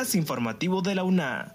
Flash informativo de la UNA.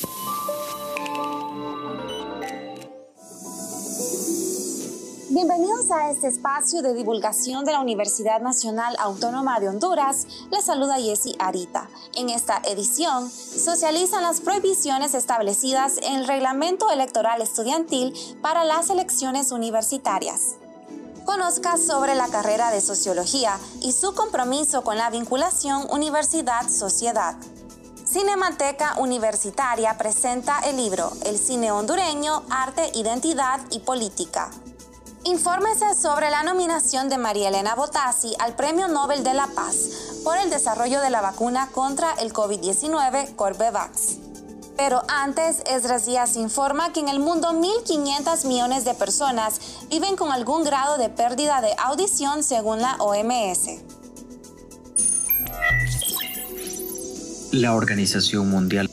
Bienvenidos a este espacio de divulgación de la Universidad Nacional Autónoma de Honduras. Les saluda Jessie Arita. En esta edición, socializan las prohibiciones establecidas en el Reglamento Electoral Estudiantil para las elecciones universitarias. Conozca sobre la carrera de Sociología y su compromiso con la vinculación universidad-sociedad. Cinemateca Universitaria presenta el libro El cine hondureño, arte, identidad y política. Infórmese sobre la nominación de María Elena Botassi al Premio Nobel de la Paz por el desarrollo de la vacuna contra el COVID-19 Corbevax. Pero antes, Esdras Díaz informa que en el mundo 1.500 millones de personas viven con algún grado de pérdida de audición según la OMS. La Organización Mundial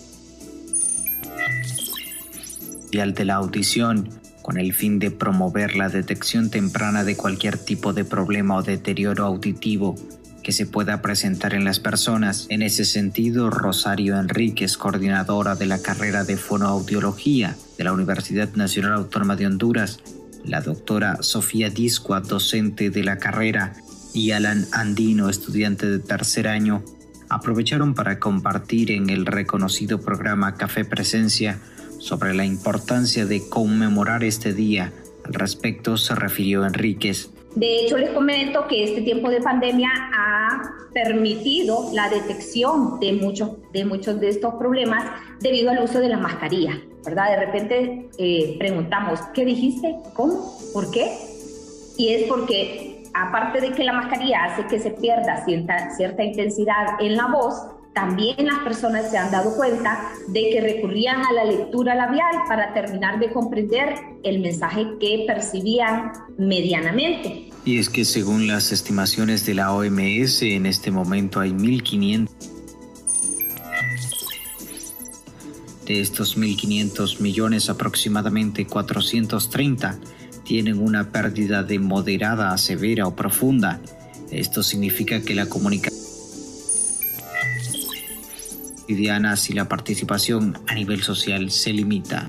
de la Audición, con el fin de promover la detección temprana de cualquier tipo de problema o deterioro auditivo que se pueda presentar en las personas. En ese sentido, Rosario Enríquez, coordinadora de la carrera de Fonoaudiología de la Universidad Nacional Autónoma de Honduras, la doctora Sofía Discua, docente de la carrera, y Alan Andino, estudiante de tercer año, aprovecharon para compartir en el reconocido programa Café Presencia sobre la importancia de conmemorar este día. Al respecto se refirió Enríquez. De hecho, les comento que este tiempo de pandemia ha permitido la detección de muchos de estos problemas debido al uso de la mascarilla, ¿verdad? De repente preguntamos, ¿qué dijiste? ¿Cómo? ¿Por qué? Y es porque, aparte de que la mascarilla hace que se pierda cierta intensidad en la voz, también las personas se han dado cuenta de que recurrían a la lectura labial para terminar de comprender el mensaje que percibían medianamente. Y es que según las estimaciones de la OMS, en este momento hay 1.500. De estos 1.500 millones, aproximadamente 430 tienen una pérdida de moderada a severa o profunda. Esto significa que la comunicación cotidiana, si la participación a nivel social se limita.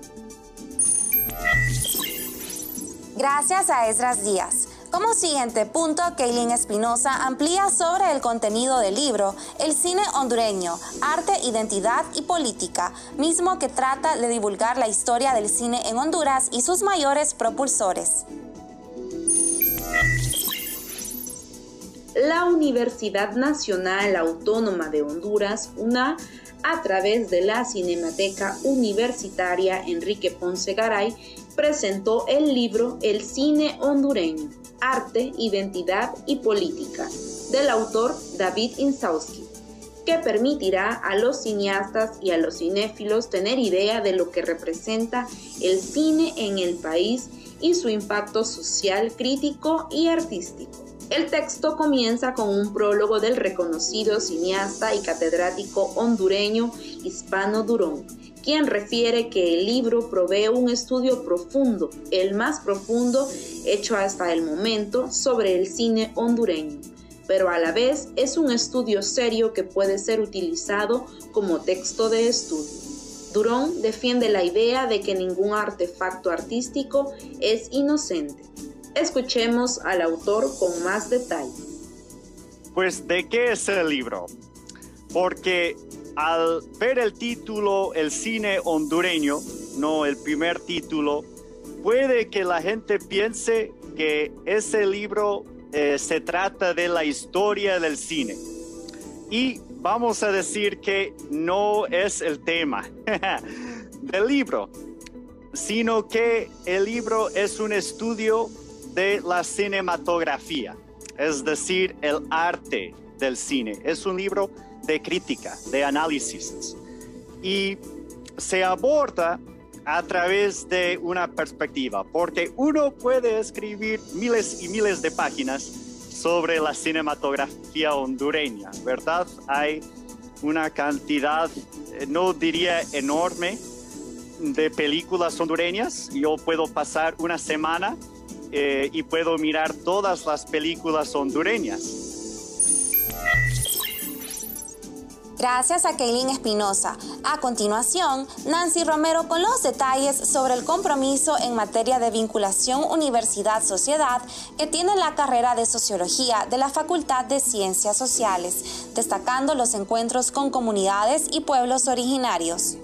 Gracias a Esdras Díaz. Como siguiente punto, Kaylin Espinosa amplía sobre el contenido del libro El cine hondureño, arte, identidad y política, mismo que trata de divulgar la historia del cine en Honduras y sus mayores propulsores. La Universidad Nacional Autónoma de Honduras, UNA, a través de la Cinemateca Universitaria Enrique Ponce Garay, presentó el libro El cine hondureño, arte, identidad y política, del autor David Insausti, que permitirá a los cineastas y a los cinéfilos tener idea de lo que representa el cine en el país y su impacto social, crítico y artístico. El texto comienza con un prólogo del reconocido cineasta y catedrático hondureño Hispano Durón, quien refiere que el libro provee un estudio profundo, el más profundo hecho hasta el momento, sobre el cine hondureño, pero a la vez es un estudio serio que puede ser utilizado como texto de estudio. Durón defiende la idea de que ningún artefacto artístico es inocente. Escuchemos al autor con más detalles. Pues, ¿de qué es el libro? Porque al ver el título, El cine hondureño, no el primer título, puede que la gente piense que ese libro se trata de la historia del cine. Y vamos a decir que no es el tema del libro, sino que el libro es un estudio de la cinematografía, es decir, el arte del cine. Es un libro de crítica, de análisis, y se aborda a través de una perspectiva, porque uno puede escribir miles y miles de páginas sobre la cinematografía hondureña, ¿verdad? Hay una cantidad, no diría enorme, de películas hondureñas. Yo puedo pasar una semana y puedo mirar todas las películas hondureñas. Gracias a Keilin Espinosa. A continuación, Nancy Romero con los detalles sobre el compromiso en materia de vinculación universidad-sociedad que tiene la carrera de Sociología de la Facultad de Ciencias Sociales, destacando los encuentros con comunidades y pueblos originarios.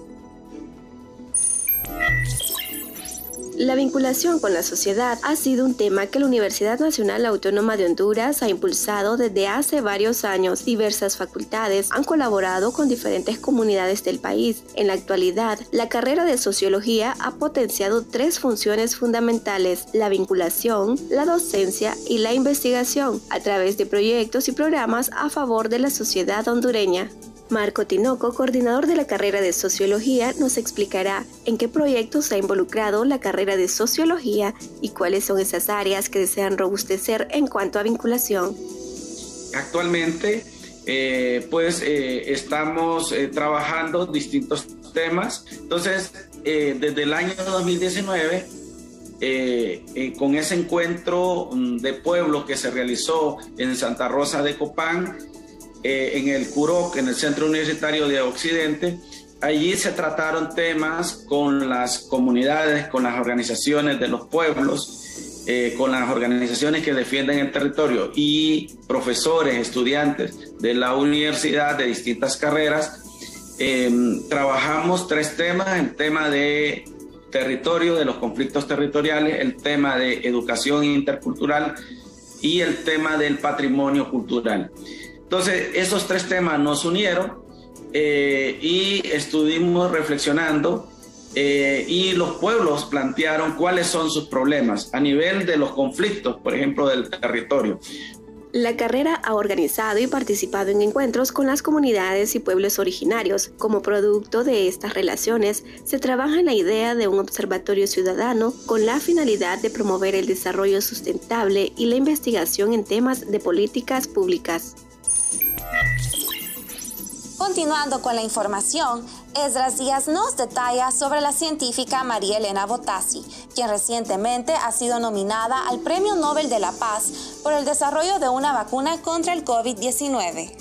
La vinculación con la sociedad ha sido un tema que la Universidad Nacional Autónoma de Honduras ha impulsado desde hace varios años. Diversas facultades han colaborado con diferentes comunidades del país. En la actualidad, la carrera de Sociología ha potenciado 3 funciones fundamentales: la vinculación, la docencia y la investigación, a través de proyectos y programas a favor de la sociedad hondureña. Marco Tinoco, coordinador de la carrera de Sociología, nos explicará en qué proyectos se ha involucrado la carrera de Sociología y cuáles son esas áreas que desean robustecer en cuanto a vinculación. Actualmente, estamos trabajando distintos temas. Entonces, desde el año 2019, con ese encuentro de pueblos que se realizó en Santa Rosa de Copán, en el CUROC, en el Centro Universitario de Occidente, allí se trataron temas con las comunidades, con las organizaciones de los pueblos, con las organizaciones que defienden el territorio y profesores, estudiantes de la universidad de distintas carreras. Trabajamos 3 temas: el tema de territorio, de los conflictos territoriales, el tema de educación intercultural y el tema del patrimonio cultural. Entonces, esos 3 temas nos unieron y estuvimos reflexionando y los pueblos plantearon cuáles son sus problemas a nivel de los conflictos, por ejemplo, del territorio. La carrera ha organizado y participado en encuentros con las comunidades y pueblos originarios. Como producto de estas relaciones, se trabaja en la idea de un observatorio ciudadano con la finalidad de promover el desarrollo sustentable y la investigación en temas de políticas públicas. Continuando con la información, Esdras Díaz nos detalla sobre la científica María Elena Bottazzi, quien recientemente ha sido nominada al Premio Nobel de la Paz por el desarrollo de una vacuna contra el COVID-19.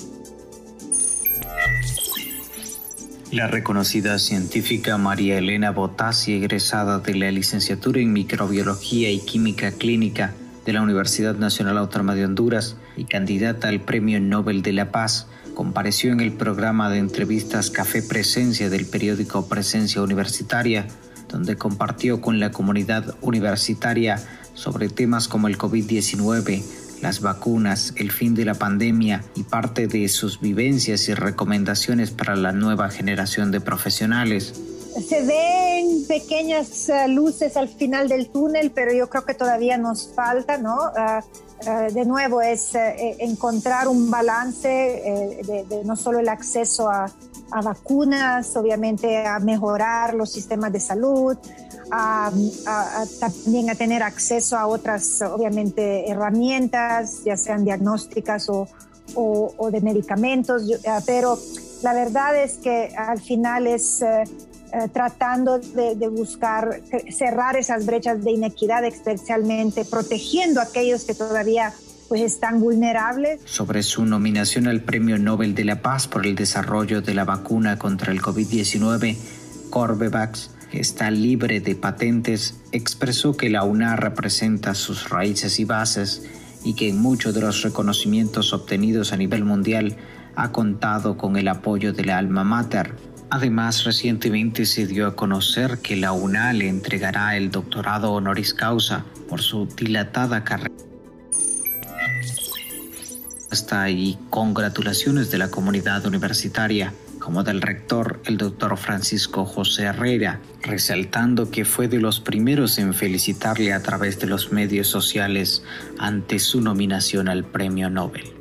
La reconocida científica María Elena Bottazzi, egresada de la licenciatura en Microbiología y Química Clínica de la Universidad Nacional Autónoma de Honduras y candidata al Premio Nobel de la Paz, compareció en el programa de entrevistas Café Presencia del periódico Presencia Universitaria, donde compartió con la comunidad universitaria sobre temas como el COVID-19, las vacunas, el fin de la pandemia y parte de sus vivencias y recomendaciones para la nueva generación de profesionales. Se ven pequeñas luces al final del túnel, pero yo creo que todavía nos falta, ¿no? De nuevo es encontrar un balance de no solo el acceso a vacunas, obviamente a mejorar los sistemas de salud, también a tener acceso a otras, obviamente, herramientas, ya sean diagnósticas o de medicamentos, pero la verdad es que al final es tratando de buscar cerrar esas brechas de inequidad, especialmente protegiendo a aquellos que todavía pues están vulnerables. Sobre su nominación al Premio Nobel de la Paz por el desarrollo de la vacuna contra el COVID-19, Corbevax, que está libre de patentes, expresó que la UNA representa sus raíces y bases y que en muchos de los reconocimientos obtenidos a nivel mundial ha contado con el apoyo de la alma mater. Además, recientemente se dio a conocer que la UNA le entregará el doctorado honoris causa por su dilatada carrera. Hasta ahí, congratulaciones de la comunidad universitaria, como del rector, el doctor Francisco José Herrera, resaltando que fue de los primeros en felicitarle a través de los medios sociales ante su nominación al Premio Nobel.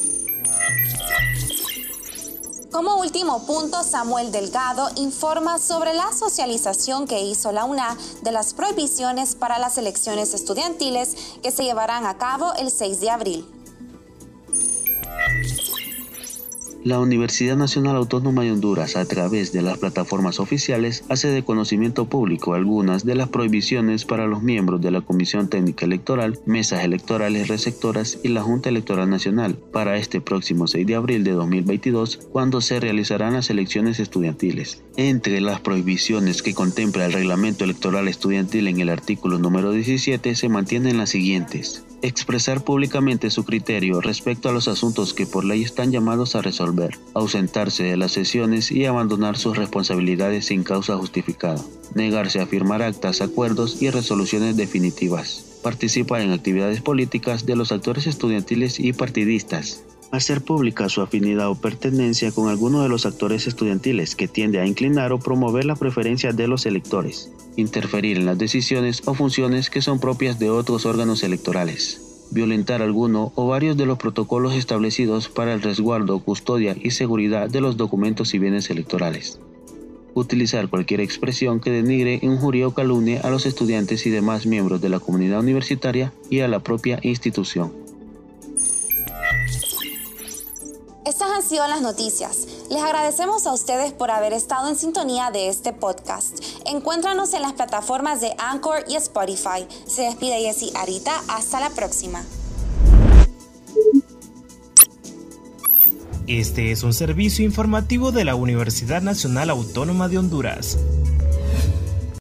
Como último punto, Samuel Delgado informa sobre la socialización que hizo la UNA de las prohibiciones para las elecciones estudiantiles que se llevarán a cabo el 6 de abril. La Universidad Nacional Autónoma de Honduras, a través de las plataformas oficiales, hace de conocimiento público algunas de las prohibiciones para los miembros de la Comisión Técnica Electoral, mesas electorales receptoras y la Junta Electoral Nacional para este próximo 6 de abril de 2022, cuando se realizarán las elecciones estudiantiles. Entre las prohibiciones que contempla el Reglamento Electoral Estudiantil en el artículo número 17 se mantienen las siguientes: expresar públicamente su criterio respecto a los asuntos que por ley están llamados a resolver, ausentarse de las sesiones y abandonar sus responsabilidades sin causa justificada, negarse a firmar actas, acuerdos y resoluciones definitivas, participar en actividades políticas de los actores estudiantiles y partidistas, hacer pública su afinidad o pertenencia con alguno de los actores estudiantiles que tiende a inclinar o promover la preferencia de los electores, interferir en las decisiones o funciones que son propias de otros órganos electorales, violentar alguno o varios de los protocolos establecidos para el resguardo, custodia y seguridad de los documentos y bienes electorales, utilizar cualquier expresión que denigre, injurie o calumnie a los estudiantes y demás miembros de la comunidad universitaria y a la propia institución. Estas han sido las noticias. Les agradecemos a ustedes por haber estado en sintonía de este podcast. Encuéntranos en las plataformas de Anchor y Spotify. Se despide Jessie Arita. Hasta la próxima. Este es un servicio informativo de la Universidad Nacional Autónoma de Honduras.